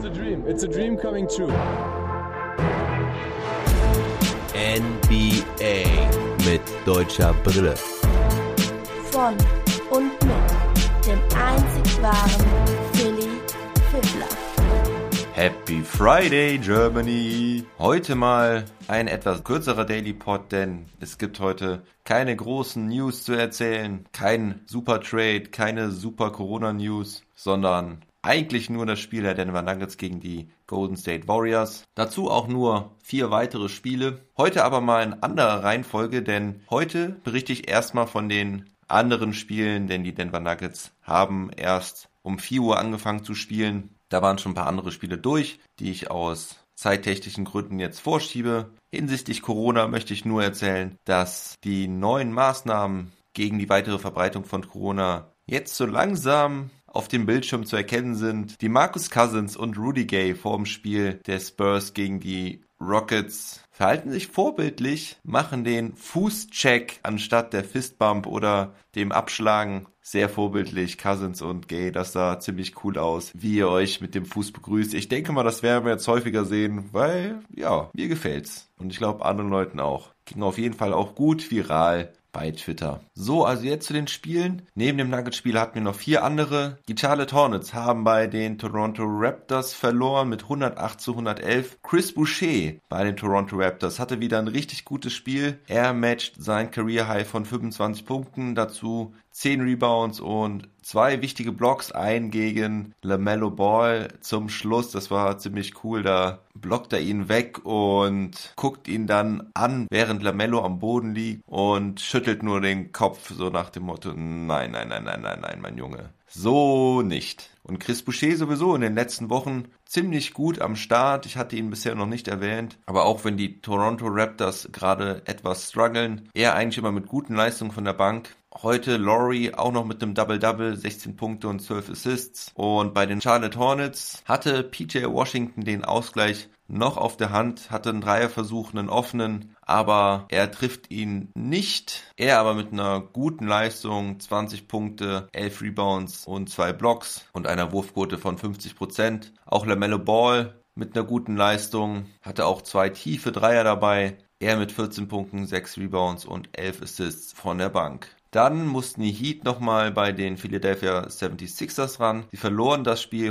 a dream. It's a dream coming true. NBA mit deutscher Brille. Von und mit dem einzig wahren Philly Fiddler. Happy Friday, Germany! Heute mal ein etwas kürzerer Daily Pod, denn es gibt heute keine großen News zu erzählen, kein Super Trade, keine Super Corona News, sondern eigentlich nur das Spiel der Denver Nuggets gegen die Golden State Warriors. Dazu auch nur 4 weitere Spiele. Heute aber mal in anderer Reihenfolge, denn heute berichte ich erstmal von den anderen Spielen, denn die Denver Nuggets haben erst um 4 Uhr angefangen zu spielen. Da waren schon ein paar andere Spiele durch, die ich aus zeittechnischen Gründen jetzt vorschiebe. Hinsichtlich Corona möchte ich nur erzählen, dass die neuen Maßnahmen gegen die weitere Verbreitung von Corona jetzt so langsam auf dem Bildschirm zu erkennen sind. Die Marcus Cousins und Rudy Gay vor dem Spiel der Spurs gegen die Rockets verhalten sich vorbildlich, machen den Fußcheck anstatt der Fistbump oder dem Abschlagen. Sehr vorbildlich, Cousins und Gay, das sah ziemlich cool aus, wie ihr euch mit dem Fuß begrüßt. Ich denke mal, das werden wir jetzt häufiger sehen, weil, ja, mir gefällt's. Und ich glaube, anderen Leuten auch. Ging auf jeden Fall auch gut viral bei Twitter. So, also jetzt zu den Spielen. Neben dem Nuggets-Spiel hatten wir noch 4 andere. Die Charlotte Hornets haben bei den Toronto Raptors verloren mit 108-111. Chris Boucher bei den Toronto Raptors hatte wieder ein richtig gutes Spiel. Er matcht sein Career-High von 25 Punkten, dazu 10 Rebounds und 2 wichtige Blocks, ein gegen LaMelo Ball zum Schluss. Das war ziemlich cool, da blockt er ihn weg und guckt ihn dann an, während LaMelo am Boden liegt und schüttelt nur den Kopf, so nach dem Motto, nein, mein Junge, so nicht. Und Chris Boucher sowieso in den letzten Wochen ziemlich gut am Start. Ich hatte ihn bisher noch nicht erwähnt. Aber auch wenn die Toronto Raptors gerade etwas strugglen, er eigentlich immer mit guten Leistungen von der Bank. Heute Laurie auch noch mit einem Double-Double, 16 Punkte und 12 Assists. Und bei den Charlotte Hornets hatte PJ Washington den Ausgleich noch auf der Hand, hatte einen Dreierversuch, einen offenen, aber er trifft ihn nicht. Er aber mit einer guten Leistung, 20 Punkte, 11 Rebounds und 2 Blocks und einer Wurfquote von 50%. Auch LaMelo Ball mit einer guten Leistung, hatte auch 2 tiefe Dreier dabei. Er mit 14 Punkten, 6 Rebounds und 11 Assists von der Bank. Dann mussten die Heat nochmal bei den Philadelphia 76ers ran. Sie verloren das Spiel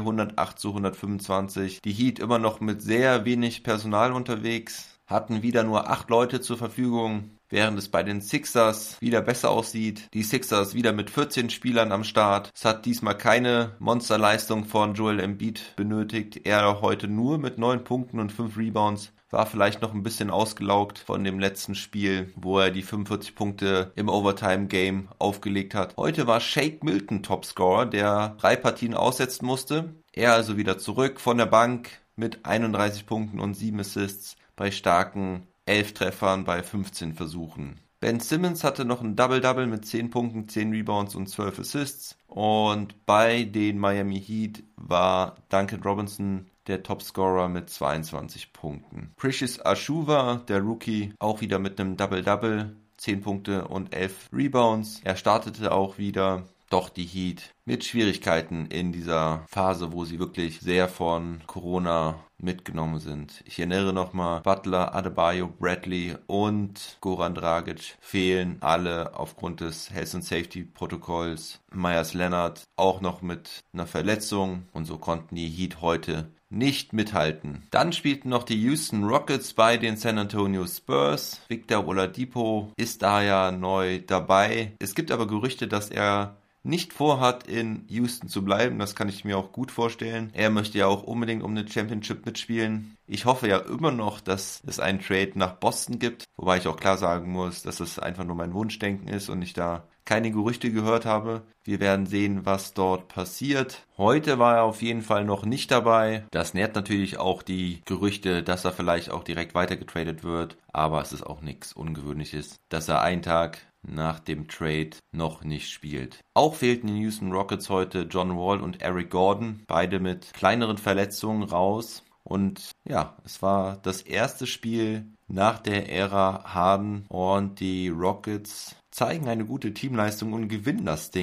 108-125. Die Heat immer noch mit sehr wenig Personal unterwegs, hatten wieder nur 8 Leute zur Verfügung, während es bei den Sixers wieder besser aussieht. Die Sixers wieder mit 14 Spielern am Start. Es hat diesmal keine Monsterleistung von Joel Embiid benötigt. Er heute nur mit 9 Punkten und 5 Rebounds. War vielleicht noch ein bisschen ausgelaugt von dem letzten Spiel, wo er die 45 Punkte im Overtime-Game aufgelegt hat. Heute war Shake Milton Topscorer, der 3 Partien aussetzen musste. Er also wieder zurück von der Bank mit 31 Punkten und 7 Assists bei starken 11 Treffern bei 15 Versuchen. Ben Simmons hatte noch ein Double-Double mit 10 Punkten, 10 Rebounds und 12 Assists. Und bei den Miami Heat war Duncan Robinson der Topscorer mit 22 Punkten. Precious Achiuwa, der Rookie, auch wieder mit einem Double-Double, 10 Punkte und 11 Rebounds. Er startete auch wieder, doch die Heat mit Schwierigkeiten in dieser Phase, wo sie wirklich sehr von Corona mitgenommen sind. Ich erinnere nochmal, Butler, Adebayo, Bradley und Goran Dragic fehlen alle aufgrund des Health and Safety Protokolls. Myers Leonard auch noch mit einer Verletzung und so konnten die Heat heute nicht mithalten. Dann spielten noch die Houston Rockets bei den San Antonio Spurs. Victor Oladipo ist da ja neu dabei. Es gibt aber Gerüchte, dass er nicht vorhat, in Houston zu bleiben. Das kann ich mir auch gut vorstellen. Er möchte ja auch unbedingt um eine Championship mitspielen. Ich hoffe ja immer noch, dass es einen Trade nach Boston gibt. Wobei ich auch klar sagen muss, dass es einfach nur mein Wunschdenken ist und ich da keine Gerüchte gehört habe. Wir werden sehen, was dort passiert. Heute war er auf jeden Fall noch nicht dabei. Das nährt natürlich auch die Gerüchte, dass er vielleicht auch direkt weitergetradet wird. Aber es ist auch nichts Ungewöhnliches, dass er einen Tag nach dem Trade noch nicht spielt. Auch fehlten den Houston Rockets heute John Wall und Eric Gordon, beide mit kleineren Verletzungen raus. Und ja, es war das erste Spiel nach der Ära Harden und die Rockets zeigen eine gute Teamleistung und gewinnen das Ding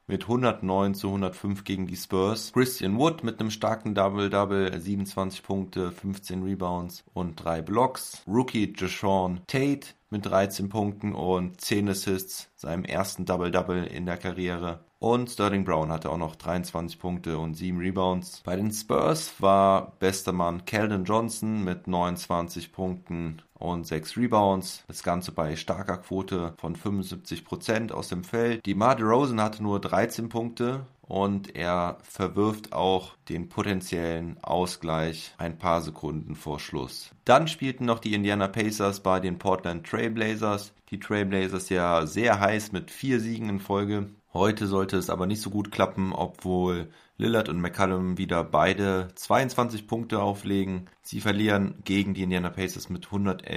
mit 109-105 gegen die Spurs. Christian Wood mit einem starken Double-Double, 27 Punkte, 15 Rebounds und 3 Blocks. Rookie Jae'Sean Tate mit 13 Punkten und 10 Assists, seinem ersten Double-Double in der Karriere. Und Sterling Brown hatte auch noch 23 Punkte und 7 Rebounds. Bei den Spurs war bester Mann Keldon Johnson mit 29 Punkten und 6 Rebounds. Das Ganze bei starker Quote von 75% aus dem Feld. DeMar DeRozan hatte nur 13 Punkte und er verwirft auch den potenziellen Ausgleich ein paar Sekunden vor Schluss. Dann spielten noch die Indiana Pacers bei den Portland Trail Blazers. Die Trail Blazers ja sehr heiß mit 4 Siegen in Folge. Heute sollte es aber nicht so gut klappen, obwohl Lillard und McCollum wieder beide 22 Punkte auflegen. Sie verlieren gegen die Indiana Pacers mit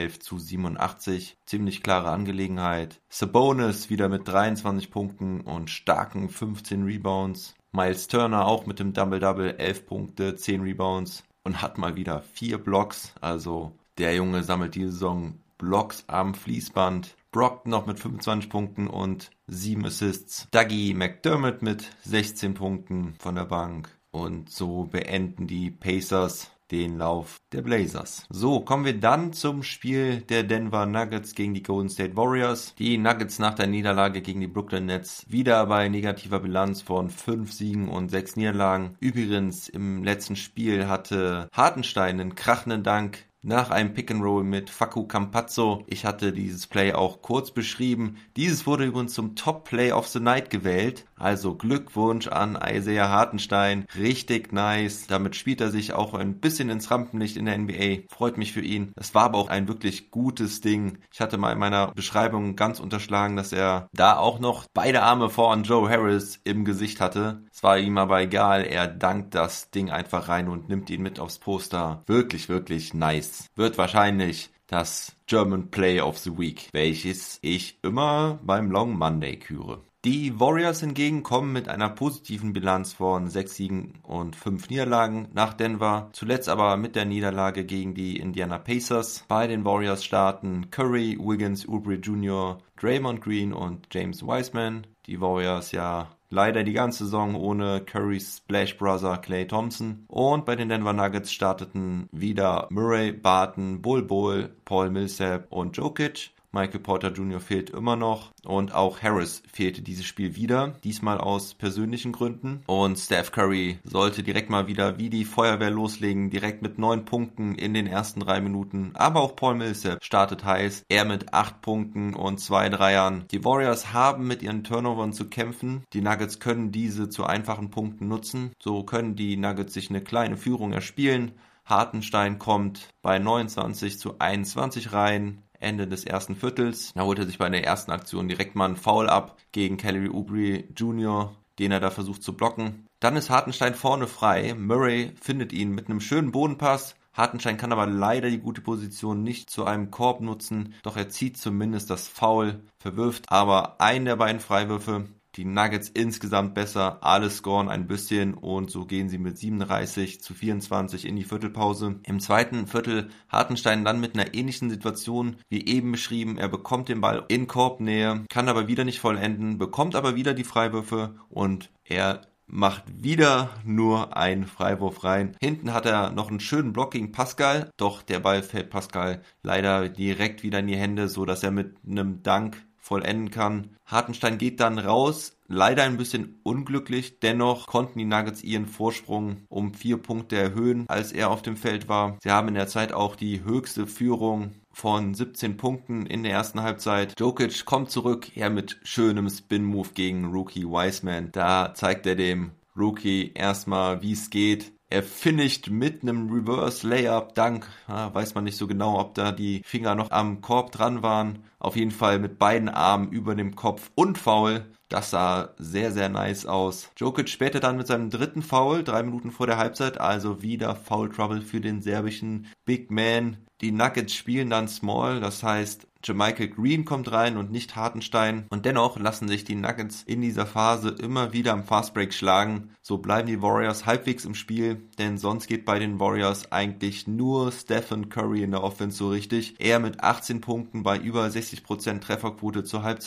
111-87. Ziemlich klare Angelegenheit. Sabonis wieder mit 23 Punkten und starken 15 Rebounds. Miles Turner auch mit dem Double-Double, 11 Punkte, 10 Rebounds und hat mal wieder 4 Blocks. Also der Junge sammelt diese Saison Blocks am Fließband. Brockton noch mit 25 Punkten und 7 Assists. Dougie McDermott mit 16 Punkten von der Bank. Und so beenden die Pacers den Lauf der Blazers. So, kommen wir dann zum Spiel der Denver Nuggets gegen die Golden State Warriors. Die Nuggets nach der Niederlage gegen die Brooklyn Nets wieder bei negativer Bilanz von 5 Siegen und 6 Niederlagen. Übrigens, im letzten Spiel hatte Hartenstein einen krachenden Dank nach einem Pick-and-Roll mit Facu Campazzo. Ich hatte dieses Play auch kurz beschrieben. Dieses wurde übrigens zum Top-Play of the Night gewählt. Also Glückwunsch an Isaiah Hartenstein. Richtig nice. Damit spielt er sich auch ein bisschen ins Rampenlicht in der NBA. Freut mich für ihn. Es war aber auch ein wirklich gutes Ding. Ich hatte mal in meiner Beschreibung ganz unterschlagen, dass er da auch noch beide Arme von Joe Harris im Gesicht hatte. Es war ihm aber egal. Er dankt das Ding einfach rein und nimmt ihn mit aufs Poster. Wirklich, wirklich nice. Wird wahrscheinlich das German Play of the Week, welches ich immer beim Long Monday küre. Die Warriors hingegen kommen mit einer positiven Bilanz von 6 Siegen und 5 Niederlagen nach Denver. Zuletzt aber mit der Niederlage gegen die Indiana Pacers. Bei den Warriors starten Curry, Wiggins, Oubre Jr., Draymond Green und James Wiseman. Die Warriors ja leider die ganze Saison ohne Currys Splash Brother Klay Thompson. Und bei den Denver Nuggets starteten wieder Murray, Barton, Bol, Paul Millsap und Jokic. Michael Porter Jr. fehlt immer noch und auch Harris fehlte dieses Spiel wieder, diesmal aus persönlichen Gründen. Und Steph Curry sollte direkt mal wieder wie die Feuerwehr loslegen, direkt mit 9 Punkten in den ersten 3 Minuten. Aber auch Paul Millsap startet heiß, er mit 8 Punkten und 2 Dreiern. Die Warriors haben mit ihren Turnovern zu kämpfen. Die Nuggets können diese zu einfachen Punkten nutzen. So können die Nuggets sich eine kleine Führung erspielen. Hartenstein kommt bei 29-21 rein. Ende des ersten Viertels. Da holt er sich bei der ersten Aktion direkt mal einen Foul ab gegen Kelly Oubre Jr., den er da versucht zu blocken. Dann ist Hartenstein vorne frei. Murray findet ihn mit einem schönen Bodenpass. Hartenstein kann aber leider die gute Position nicht zu einem Korb nutzen, doch er zieht zumindest das Foul, verwirft aber einen der beiden Freiwürfe. Die Nuggets insgesamt besser, alle scoren ein bisschen und so gehen sie mit 37-24 in die Viertelpause. Im zweiten Viertel Hartenstein dann mit einer ähnlichen Situation wie eben beschrieben. Er bekommt den Ball in Korbnähe, kann aber wieder nicht vollenden, bekommt aber wieder die Freiwürfe und er macht wieder nur einen Freiwurf rein. Hinten hat er noch einen schönen Block gegen Pascal, doch der Ball fällt Pascal leider direkt wieder in die Hände, so dass er mit einem Dank vollenden kann. Hartenstein geht dann raus, leider ein bisschen unglücklich, dennoch konnten die Nuggets ihren Vorsprung um 4 Punkte erhöhen, als er auf dem Feld war. Sie haben in der Zeit auch die höchste Führung von 17 Punkten in der ersten Halbzeit. Jokic kommt zurück, er mit schönem Spin-Move gegen Rookie Wiseman. Da zeigt er dem Rookie erstmal, wie es geht. Er finisht mit einem Reverse Layup Dunk. Weiß man nicht so genau, ob da die Finger noch am Korb dran waren. Auf jeden Fall mit beiden Armen über dem Kopf und Foul. Das sah sehr, sehr nice aus. Jokic später dann mit seinem dritten Foul, 3 Minuten vor der Halbzeit. Also wieder Foul Trouble für den serbischen Big Man. Die Nuggets spielen dann Small, das heißt Jermichael Green kommt rein und nicht Hartenstein. Und dennoch lassen sich die Nuggets in dieser Phase immer wieder am Fastbreak schlagen. So bleiben die Warriors halbwegs im Spiel, denn sonst geht bei den Warriors eigentlich nur Stephen Curry in der Offense so richtig. Er mit 18 Punkten bei über 60% Trefferquote zur Halbzeit.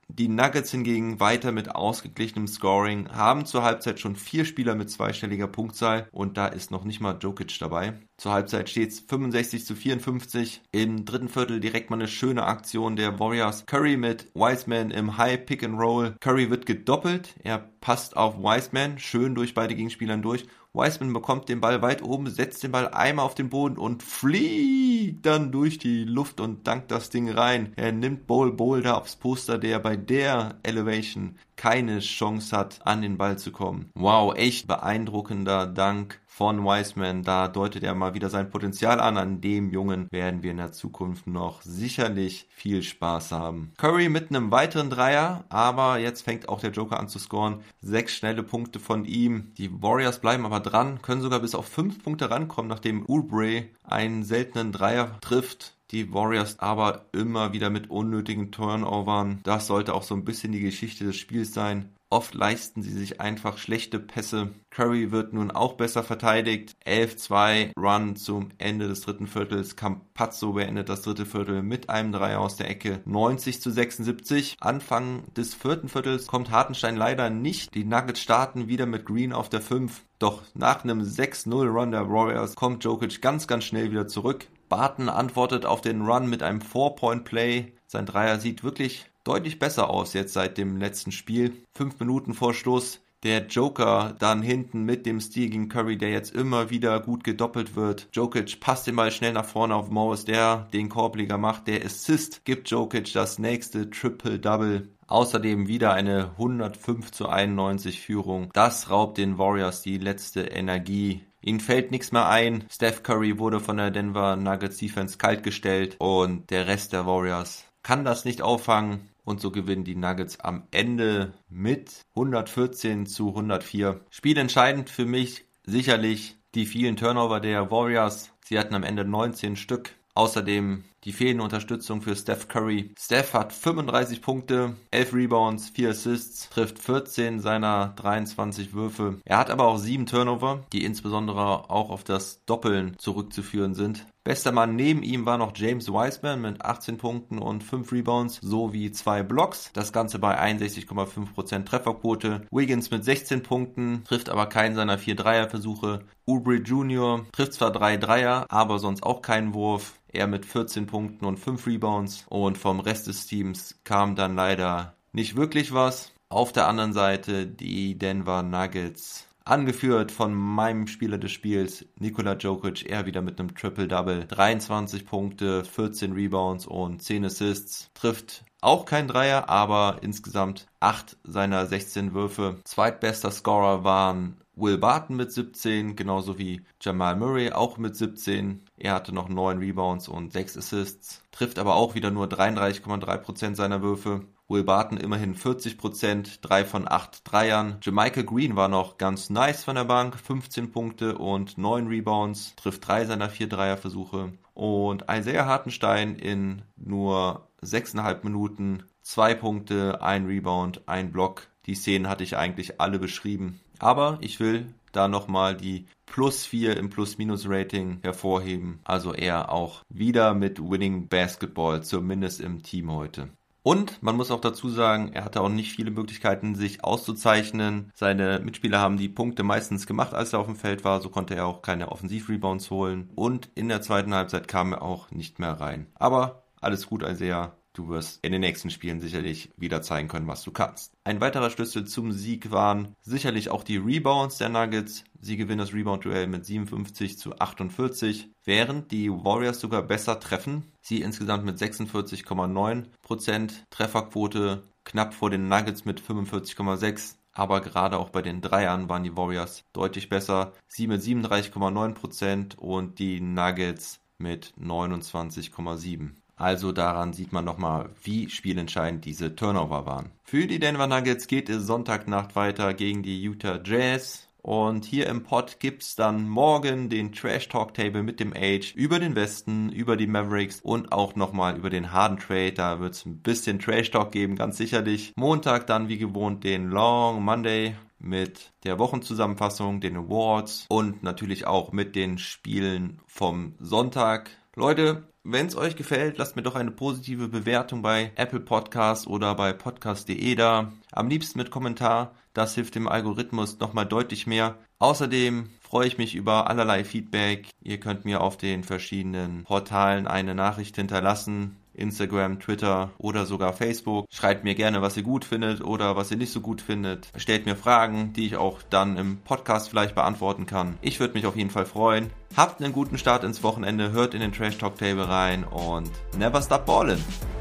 Die Nuggets hingegen weiter mit ausgeglichenem Scoring, haben zur Halbzeit schon 4 Spieler mit zweistelliger Punktzahl und da ist noch nicht mal Jokic dabei. Zur Halbzeit steht es 65-54. Im dritten Viertel direkt mal eine schöne Aktion der Warriors. Curry mit Wiseman im High Pick and Roll. Curry wird gedoppelt, er passt auf Wiseman, schön durch beide Gegenspieler durch. Wiseman bekommt den Ball weit oben, setzt den Ball einmal auf den Boden und fliegt dann durch die Luft und dankt das Ding rein. Er nimmt Bol da aufs Poster, der bei der Elevation keine Chance hat, an den Ball zu kommen. Wow, echt beeindruckender Dank von Wiseman. Da deutet er mal wieder sein Potenzial an. An dem Jungen werden wir in der Zukunft noch sicherlich viel Spaß haben. Curry mit einem weiteren Dreier, aber jetzt fängt auch der Joker an zu scoren. 6 schnelle Punkte von ihm. Die Warriors bleiben aber dran, können sogar bis auf 5 Punkte rankommen, nachdem Oubre einen seltenen Dreier trifft. Die Warriors aber immer wieder mit unnötigen Turnovern. Das sollte auch so ein bisschen die Geschichte des Spiels sein. Oft leisten sie sich einfach schlechte Pässe. Curry wird nun auch besser verteidigt. 11-2 Run zum Ende des dritten Viertels. Campazzo beendet das dritte Viertel mit einem Dreier aus der Ecke. 90-76. Anfang des vierten Viertels kommt Hartenstein leider nicht. Die Nuggets starten wieder mit Green auf der 5. Doch nach einem 6-0 Run der Warriors kommt Jokic ganz schnell wieder zurück. Barton antwortet auf den Run mit einem 4-Point-Play. Sein Dreier sieht wirklich deutlich besser aus jetzt seit dem letzten Spiel. 5 Minuten vor Schluss. Der Joker dann hinten mit dem Steal gegen Curry, der jetzt immer wieder gut gedoppelt wird. Jokic passt den Ball schnell nach vorne auf Morris, der den Korbleger macht. Der Assist gibt Jokic das nächste Triple-Double. Außerdem wieder eine 105-91 Führung. Das raubt den Warriors die letzte Energie. Ihnen fällt nichts mehr ein. Steph Curry wurde von der Denver Nuggets Defense kaltgestellt und der Rest der Warriors kann das nicht auffangen. Und so gewinnen die Nuggets am Ende mit 114-104. Spielentscheidend für mich sicherlich die vielen Turnover der Warriors. Sie hatten am Ende 19 Stück. Außerdem die fehlende Unterstützung für Steph Curry. Steph hat 35 Punkte, 11 Rebounds, 4 Assists, trifft 14 seiner 23 Würfe. Er hat aber auch 7 Turnover, die insbesondere auch auf das Doppeln zurückzuführen sind. Bester Mann neben ihm war noch James Wiseman mit 18 Punkten und 5 Rebounds sowie 2 Blocks. Das Ganze bei 61,5% Trefferquote. Wiggins mit 16 Punkten, trifft aber keinen seiner 4 Dreierversuche. Oubre Jr. trifft zwar 3 Dreier, aber sonst auch keinen Wurf. Er mit 14 Punkten und 5 Rebounds. Und vom Rest des Teams kam dann leider nicht wirklich was. Auf der anderen Seite die Denver Nuggets. Angeführt von meinem Spieler des Spiels, Nikola Jokic, er wieder mit einem Triple-Double. 23 Punkte, 14 Rebounds und 10 Assists. Trifft auch kein Dreier, aber insgesamt 8 seiner 16 Würfe. Zweitbester Scorer waren Will Barton mit 17, genauso wie Jamal Murray auch mit 17. Er hatte noch 9 Rebounds und 6 Assists. Trifft aber auch wieder nur 33,3% seiner Würfe. Will Barton immerhin 40%, 3 von 8 Dreiern. Jermichael Green war noch ganz nice von der Bank, 15 Punkte und 9 Rebounds, trifft 3 seiner 4 Dreierversuche. Und Isaiah Hartenstein in nur 6,5 Minuten, 2 Punkte, 1 Rebound, 1 Block. Die Szenen hatte ich eigentlich alle beschrieben. Aber ich will da nochmal die +4 im Plus-Minus-Rating hervorheben. Also er auch wieder mit Winning Basketball, zumindest im Team heute. Und man muss auch dazu sagen, er hatte auch nicht viele Möglichkeiten, sich auszuzeichnen. Seine Mitspieler haben die Punkte meistens gemacht, als er auf dem Feld war. So konnte er auch keine Offensiv-Rebounds holen. Und in der zweiten Halbzeit kam er auch nicht mehr rein. Aber alles gut, Isaiah. Du wirst in den nächsten Spielen sicherlich wieder zeigen können, was du kannst. Ein weiterer Schlüssel zum Sieg waren sicherlich auch die Rebounds der Nuggets. Sie gewinnen das Rebound-Duell mit 57-48, während die Warriors sogar besser treffen. Sie insgesamt mit 46,9% Trefferquote, knapp vor den Nuggets mit 45,6%. Aber gerade auch bei den Dreiern waren die Warriors deutlich besser. Sie mit 37,9% und die Nuggets mit 29,7%. Also daran sieht man nochmal, wie spielentscheidend diese Turnover waren. Für die Denver Nuggets geht es Sonntagnacht weiter gegen die Utah Jazz. Und hier im Pod gibt's dann morgen den Trash Talk Table mit dem Age über den Westen, über die Mavericks und auch nochmal über den Harden Trade. Da wird's ein bisschen Trash Talk geben, ganz sicherlich. Montag dann wie gewohnt den Long Monday mit der Wochenzusammenfassung, den Awards und natürlich auch mit den Spielen vom Sonntag. Leute, wenn es euch gefällt, lasst mir doch eine positive Bewertung bei Apple Podcasts oder bei podcast.de da. Am liebsten mit Kommentar, das hilft dem Algorithmus nochmal deutlich mehr. Außerdem freue ich mich über allerlei Feedback. Ihr könnt mir auf den verschiedenen Portalen eine Nachricht hinterlassen. Instagram, Twitter oder sogar Facebook. Schreibt mir gerne, was ihr gut findet oder was ihr nicht so gut findet. Stellt mir Fragen, die ich auch dann im Podcast vielleicht beantworten kann. Ich würde mich auf jeden Fall freuen. Habt einen guten Start ins Wochenende, hört in den Trash Talk Table rein und never stop ballin'.